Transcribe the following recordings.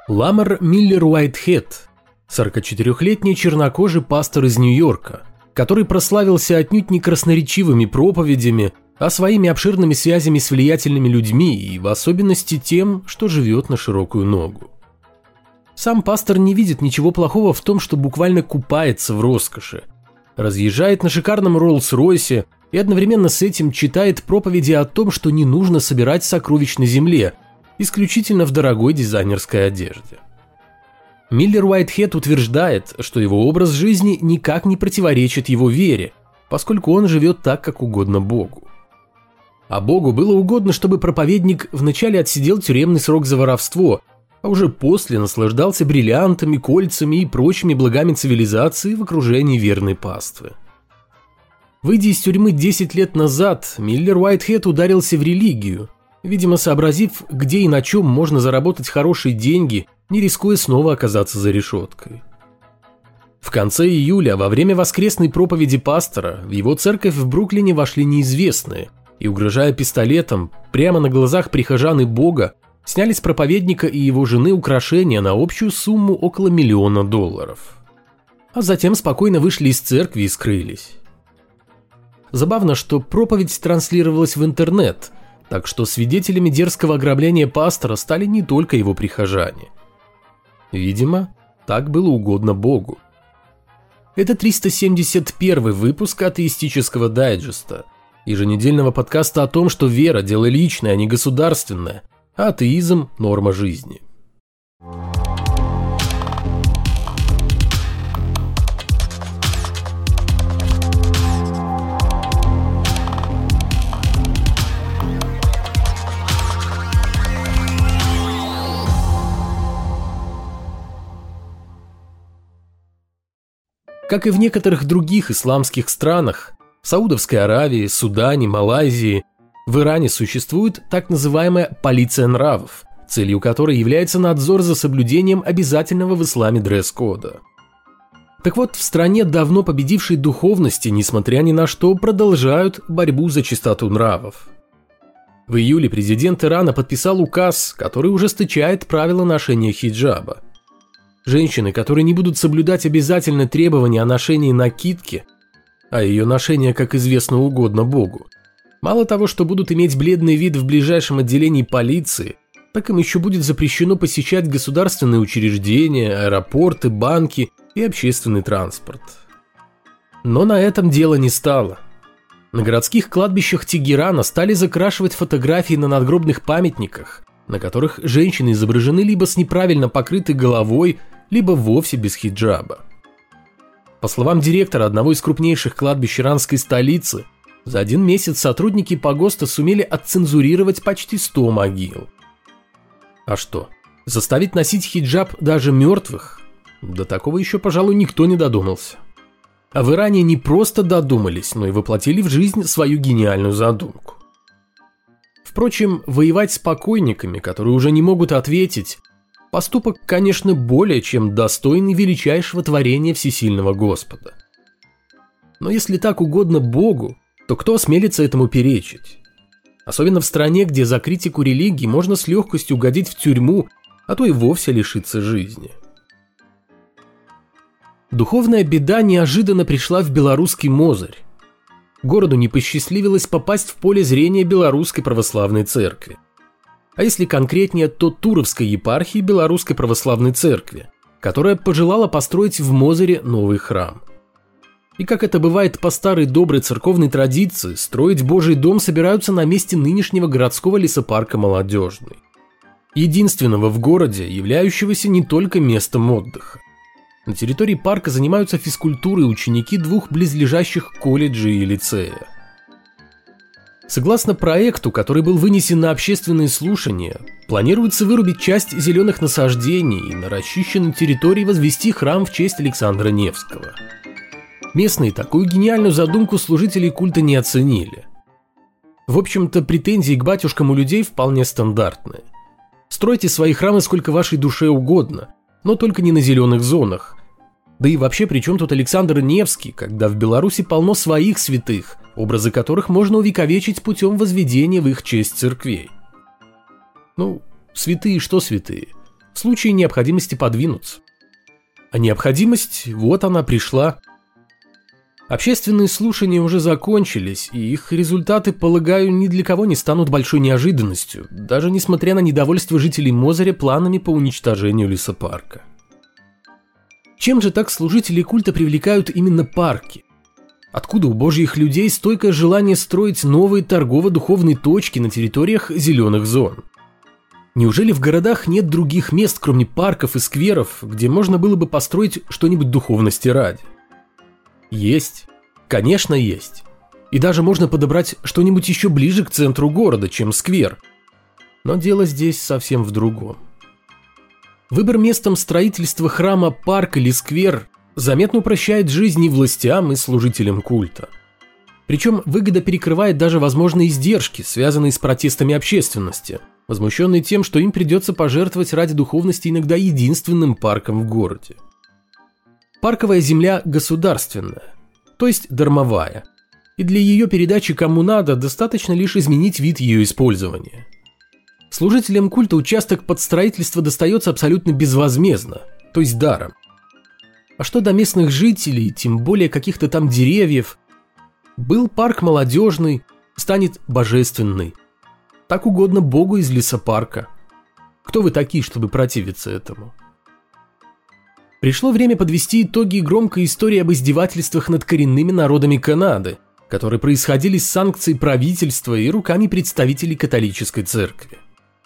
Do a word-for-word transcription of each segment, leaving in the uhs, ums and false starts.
Ламар Миллер Уайтхед, сорокачетырёхлетний чернокожий пастор из Нью-Йорка, который прославился отнюдь не красноречивыми проповедями, а своими обширными связями с влиятельными людьми и в особенности тем, что живет на широкую ногу. Сам пастор не видит ничего плохого в том, что буквально купается в роскоши, разъезжает на шикарном Роллс-Ройсе и одновременно с этим читает проповеди о том, что не нужно собирать сокровищ на земле, исключительно в дорогой дизайнерской одежде. Миллер Уайтхед утверждает, что его образ жизни никак не противоречит его вере, поскольку он живет так, как угодно Богу. А Богу было угодно, чтобы проповедник вначале отсидел тюремный срок за воровство, а уже после наслаждался бриллиантами, кольцами и прочими благами цивилизации в окружении верной паствы. Выйдя из тюрьмы десять лет назад, Миллер Уайтхед ударился в религию, видимо, сообразив, где и на чем можно заработать хорошие деньги, не рискуя снова оказаться за решеткой. В конце июля, во время воскресной проповеди пастора, в его церковь в Бруклине вошли неизвестные и, угрожая пистолетом, прямо на глазах прихожан и Бога, сняли с проповедника и его жены украшения на общую сумму около миллиона долларов. А затем спокойно вышли из церкви и скрылись. Забавно, что проповедь транслировалась в интернет, так что свидетелями дерзкого ограбления пастора стали не только его прихожане. Видимо, так было угодно Богу. Это триста семьдесят первый выпуск атеистического дайджеста, еженедельного подкаста о том, что вера – дело личное, а не государственное, а атеизм – норма жизни. Как и в некоторых других исламских странах, в Саудовской Аравии, Судане, Малайзии, в Иране существует так называемая полиция нравов, целью которой является надзор за соблюдением обязательного в исламе дресс-кода. Так вот, в стране давно победившей духовности, несмотря ни на что, продолжают борьбу за чистоту нравов. В июле президент Ирана подписал указ, который ужесточает правила ношения хиджаба. Женщины, которые не будут соблюдать обязательные требования о ношении накидки, а ее ношение, как известно, угодно Богу, мало того, что будут иметь бледный вид в ближайшем отделении полиции, так им еще будет запрещено посещать государственные учреждения, аэропорты, банки и общественный транспорт. Но на этом дело не стало. На городских кладбищах Тегерана стали закрашивать фотографии на надгробных памятниках, на которых женщины изображены либо с неправильно покрытой головой, либо вовсе без хиджаба. По словам директора одного из крупнейших кладбищ иранской столицы, за один месяц сотрудники погоста сумели отцензурировать почти сто могил. А что, заставить носить хиджаб даже мертвых? До такого еще, пожалуй, никто не додумался. А в Иране не просто додумались, но и воплотили в жизнь свою гениальную задумку. Впрочем, воевать с покойниками, которые уже не могут ответить, поступок, конечно, более чем достойный величайшего творения всесильного Господа. Но если так угодно Богу, то кто осмелится этому перечить? Особенно в стране, где за критику религии можно с легкостью угодить в тюрьму, а то и вовсе лишиться жизни. Духовная беда неожиданно пришла в белорусский Мозырь. Городу не посчастливилось попасть в поле зрения Белорусской православной церкви. А если конкретнее, то Туровской епархии Белорусской православной церкви, которая пожелала построить в Мозыре новый храм. И как это бывает по старой доброй церковной традиции, строить Божий дом собираются на месте нынешнего городского лесопарка «Молодежный», единственного в городе, являющегося не только местом отдыха. На территории парка занимаются физкультурой ученики двух близлежащих колледжей и лицея. Согласно проекту, который был вынесен на общественные слушания, планируется вырубить часть зеленых насаждений и на расчищенной территории возвести храм в честь Александра Невского. Местные такую гениальную задумку служителей культа не оценили. В общем-то, претензии к батюшкам у людей вполне стандартные. Стройте свои храмы сколько вашей душе угодно, но только не на зеленых зонах. Да и вообще, при чем тут Александр Невский, когда в Беларуси полно своих святых, образы которых можно увековечить путем возведения в их честь церквей? Ну, святые что святые? в случае необходимости подвинуться. А необходимость, вот она пришла. Общественные слушания уже закончились, и их результаты, полагаю, ни для кого не станут большой неожиданностью, даже несмотря на недовольство жителей Мозыря планами по уничтожению лесопарка. Чем же так служители культа привлекают именно парки? Откуда у божьих людей стойкое желание строить новые торгово-духовные точки на территориях зеленых зон? Неужели в городах нет других мест, кроме парков и скверов, где можно было бы построить что-нибудь духовности ради? Есть. Конечно, есть. И даже можно подобрать что-нибудь еще ближе к центру города, чем сквер. Но дело здесь совсем в другом. Выбор местом строительства храма, парк или сквер заметно упрощает жизнь и властям, и служителям культа. Причем выгода перекрывает даже возможные издержки, связанные с протестами общественности, возмущенной тем, что им придется пожертвовать ради духовности иногда единственным парком в городе. Парковая земля государственная, то есть дармовая, и для ее передачи кому надо достаточно лишь изменить вид ее использования. Служителям культа участок под строительство достается абсолютно безвозмездно, то есть даром. А что до местных жителей, тем более каких-то там деревьев, был парк молодежный, станет божественный. Так угодно Богу из лесопарка. Кто вы такие, чтобы противиться этому? Пришло время подвести итоги громкой истории об издевательствах над коренными народами Канады, которые происходили с санкций правительства и руками представителей католической церкви.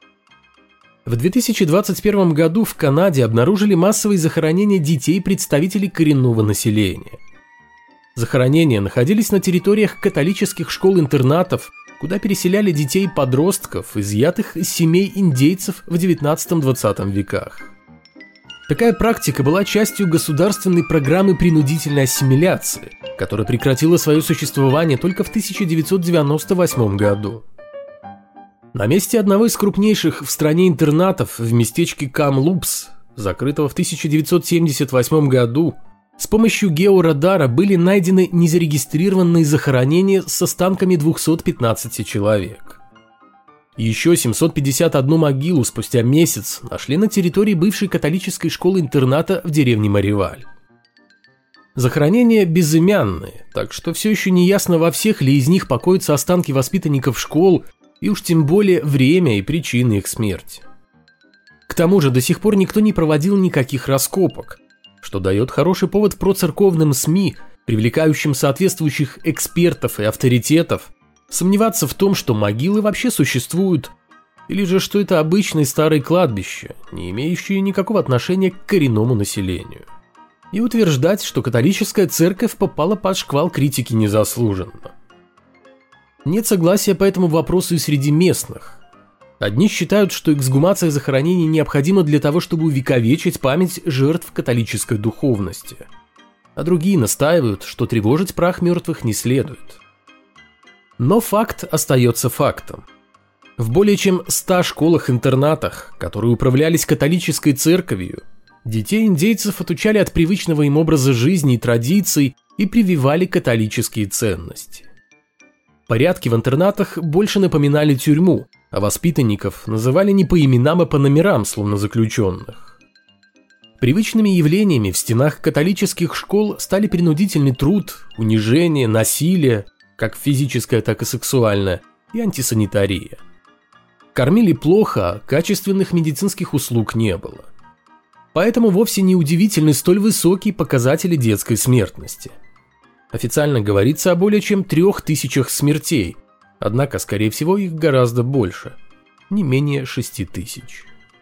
В две тысячи двадцать первом году в Канаде обнаружили массовые захоронения детей представителей коренного населения. Захоронения находились на территориях католических школ-интернатов, куда переселяли детей и подростков, изъятых из семей индейцев в девятнадцатом-двадцатом веках. Такая практика была частью государственной программы принудительной ассимиляции, которая прекратила свое существование только в тысяча девятьсот девяносто восьмом году. На месте одного из крупнейших в стране интернатов в местечке Камлупс, закрытого в тысяча девятьсот семьдесят восьмом году, с помощью георадара были найдены незарегистрированные захоронения с останками двухсот пятнадцати человек. Еще семьсот пятьдесят одну могилу спустя месяц нашли на территории бывшей католической школы-интерната в деревне Мариваль. Захоронения безымянные, так что все еще не ясно, во всех ли из них покоятся останки воспитанников школ, и уж тем более время и причины их смерти. К тому же до сих пор никто не проводил никаких раскопок, что дает хороший повод процерковным СМИ, привлекающим соответствующих экспертов и авторитетов, сомневаться в том, что могилы вообще существуют, или же что это обычные старые кладбища, не имеющие никакого отношения к коренному населению. И утверждать, что католическая церковь попала под шквал критики незаслуженно. Нет согласия по этому вопросу и среди местных. Одни считают, что эксгумация захоронений необходима для того, чтобы увековечить память жертв католической духовности, а другие настаивают, что тревожить прах мертвых не следует. Но факт остается фактом. В более чем ста школах-интернатах, которые управлялись католической церковью, детей индейцев отучали от привычного им образа жизни и традиций и прививали католические ценности. Порядки в интернатах больше напоминали тюрьму, а воспитанников называли не по именам, а по номерам, словно заключенных. Привычными явлениями в стенах католических школ стали принудительный труд, унижение, насилие, как физическое, так и сексуальное, и антисанитария. Кормили плохо, а качественных медицинских услуг не было. Поэтому вовсе не удивительны столь высокие показатели детской смертности. Официально говорится о более чем трех тысячах смертей, однако, скорее всего, их гораздо больше, не менее шести тысяч.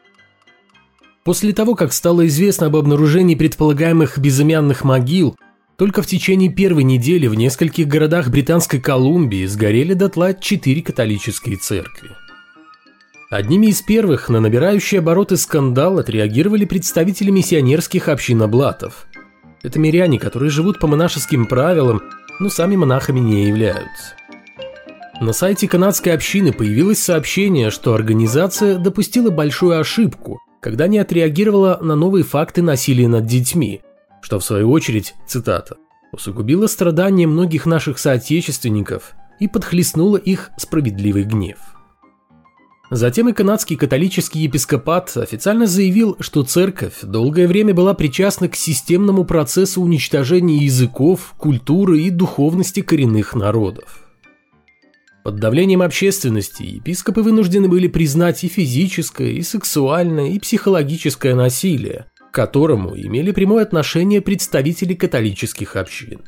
После того, как стало известно об обнаружении предполагаемых безымянных могил, только в течение первой недели в нескольких городах Британской Колумбии сгорели дотла четыре католические церкви. Одними из первых на набирающий обороты скандал отреагировали представители миссионерских общин облатов. Это миряне, которые живут по монашеским правилам, но сами монахами не являются. На сайте канадской общины появилось сообщение, что организация допустила большую ошибку, когда не отреагировала на новые факты насилия над детьми, что в свою очередь, цитата, усугубило страдания многих наших соотечественников и подхлестнуло их справедливый гнев. Затем и канадский католический епископат официально заявил, что церковь долгое время была причастна к системному процессу уничтожения языков, культуры и духовности коренных народов. Под давлением общественности епископы вынуждены были признать и физическое, и сексуальное, и психологическое насилие, к которому имели прямое отношение представители католических общин.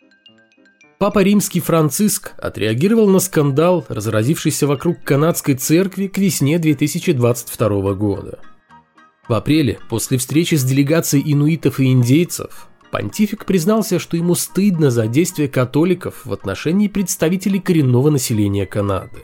Папа Римский Франциск отреагировал на скандал, разразившийся вокруг канадской церкви к весне две тысячи двадцать второго года. В апреле, после встречи с делегацией инуитов и индейцев, понтифик признался, что ему стыдно за действия католиков в отношении представителей коренного населения Канады.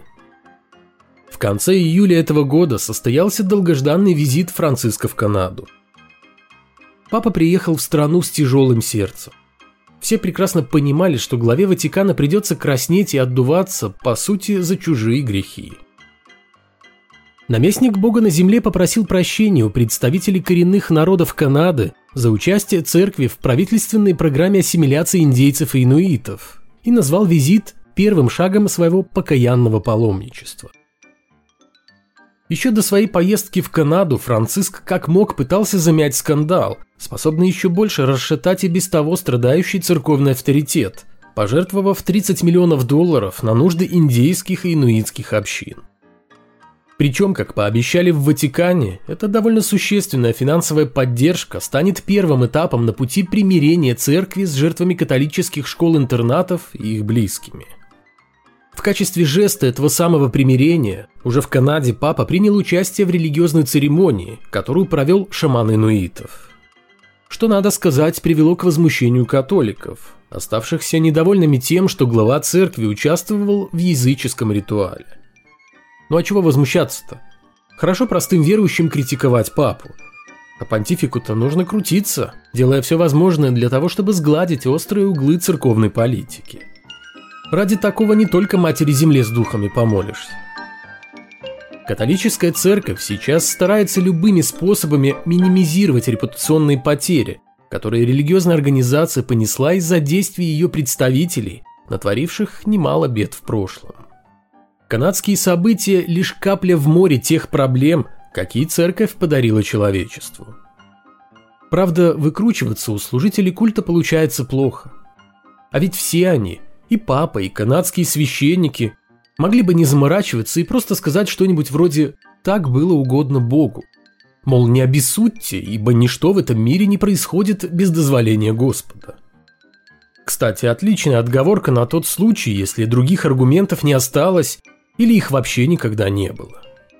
В конце июля этого года состоялся долгожданный визит Франциска в Канаду. Папа приехал в страну с тяжелым сердцем. Все прекрасно понимали, что главе Ватикана придется краснеть и отдуваться, по сути, за чужие грехи. Наместник Бога на земле попросил прощения у представителей коренных народов Канады за участие церкви в правительственной программе ассимиляции индейцев и инуитов и назвал визит первым шагом своего покаянного паломничества. Еще до своей поездки в Канаду Франциск как мог пытался замять скандал, способный еще больше расшатать и без того страдающий церковный авторитет, пожертвовав тридцать миллионов долларов на нужды индейских и инуитских общин. Причем, как пообещали в Ватикане, эта довольно существенная финансовая поддержка станет первым этапом на пути примирения церкви с жертвами католических школ-интернатов и их близкими. В качестве жеста этого самого примирения уже в Канаде папа принял участие в религиозной церемонии, которую провел шаман инуитов. Что, надо сказать, привело к возмущению католиков, оставшихся недовольными тем, что глава церкви участвовал в языческом ритуале. Ну а чего возмущаться-то? Хорошо простым верующим критиковать папу. А понтифику-то нужно крутиться, делая все возможное для того, чтобы сгладить острые углы церковной политики. Ради такого не только матери земле с духами помолишься. Католическая церковь сейчас старается любыми способами минимизировать репутационные потери, которые религиозная организация понесла из-за действий ее представителей, натворивших немало бед в прошлом. Канадские события – лишь капля в море тех проблем, какие церковь подарила человечеству. Правда, выкручиваться у служителей культа получается плохо. А ведь все они – и папа, и канадские священники могли бы не заморачиваться и просто сказать что-нибудь вроде «так было угодно Богу». Мол, не обессудьте, ибо ничто в этом мире не происходит без дозволения Господа. Кстати, отличная отговорка на тот случай, если других аргументов не осталось или их вообще никогда не было.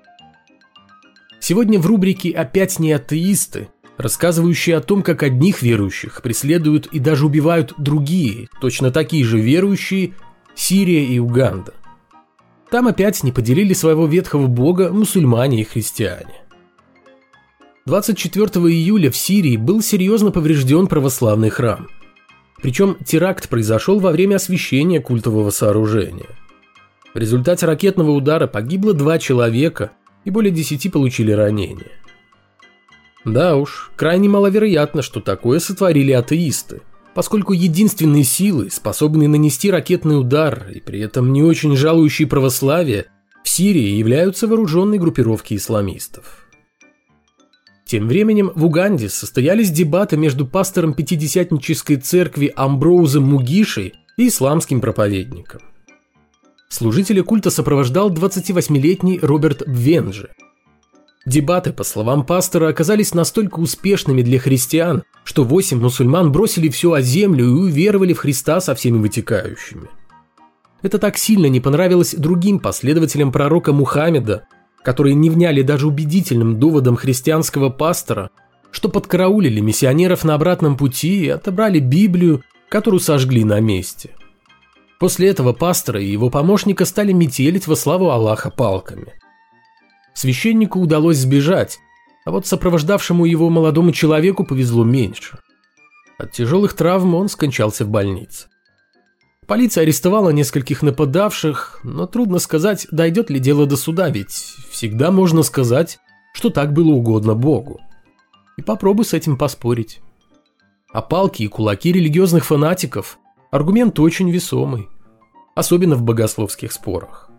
Сегодня в рубрике «Опять не атеисты», рассказывающие о том, как одних верующих преследуют и даже убивают другие, точно такие же верующие, Сирия и Уганда. Там опять не поделили своего ветхого бога мусульмане и христиане. двадцать четвёртого июля в Сирии был серьезно поврежден православный храм. Причем теракт произошел во время освящения культового сооружения. В результате ракетного удара погибло два человека и более десяти получили ранения. Да уж, крайне маловероятно, что такое сотворили атеисты, поскольку единственные силы, способные нанести ракетный удар и при этом не очень жалующие православие, в Сирии являются вооруженные группировки исламистов. Тем временем в Уганде состоялись дебаты между пастором пятидесятнической церкви Амброузом Мугишей и исламским проповедником. Служителя культа сопровождал двадцативосьмилетний Роберт Бвенджи. Дебаты, по словам пастора, оказались настолько успешными для христиан, что восемь мусульман бросили все о землю и уверовали в Христа со всеми вытекающими. Это так сильно не понравилось другим последователям пророка Мухаммеда, которые не вняли даже убедительным доводам христианского пастора, что подкараулили миссионеров на обратном пути и отобрали Библию, которую сожгли на месте. После этого пастора и его помощника стали метелить во славу Аллаха палками. Священнику удалось сбежать, а вот сопровождавшему его молодому человеку повезло меньше. От тяжелых травм он скончался в больнице. Полиция арестовала нескольких нападавших, но трудно сказать, дойдет ли дело до суда, ведь всегда можно сказать, что так было угодно Богу. И попробуй с этим поспорить. А палки и кулаки религиозных фанатиков – аргумент очень весомый, особенно в богословских спорах.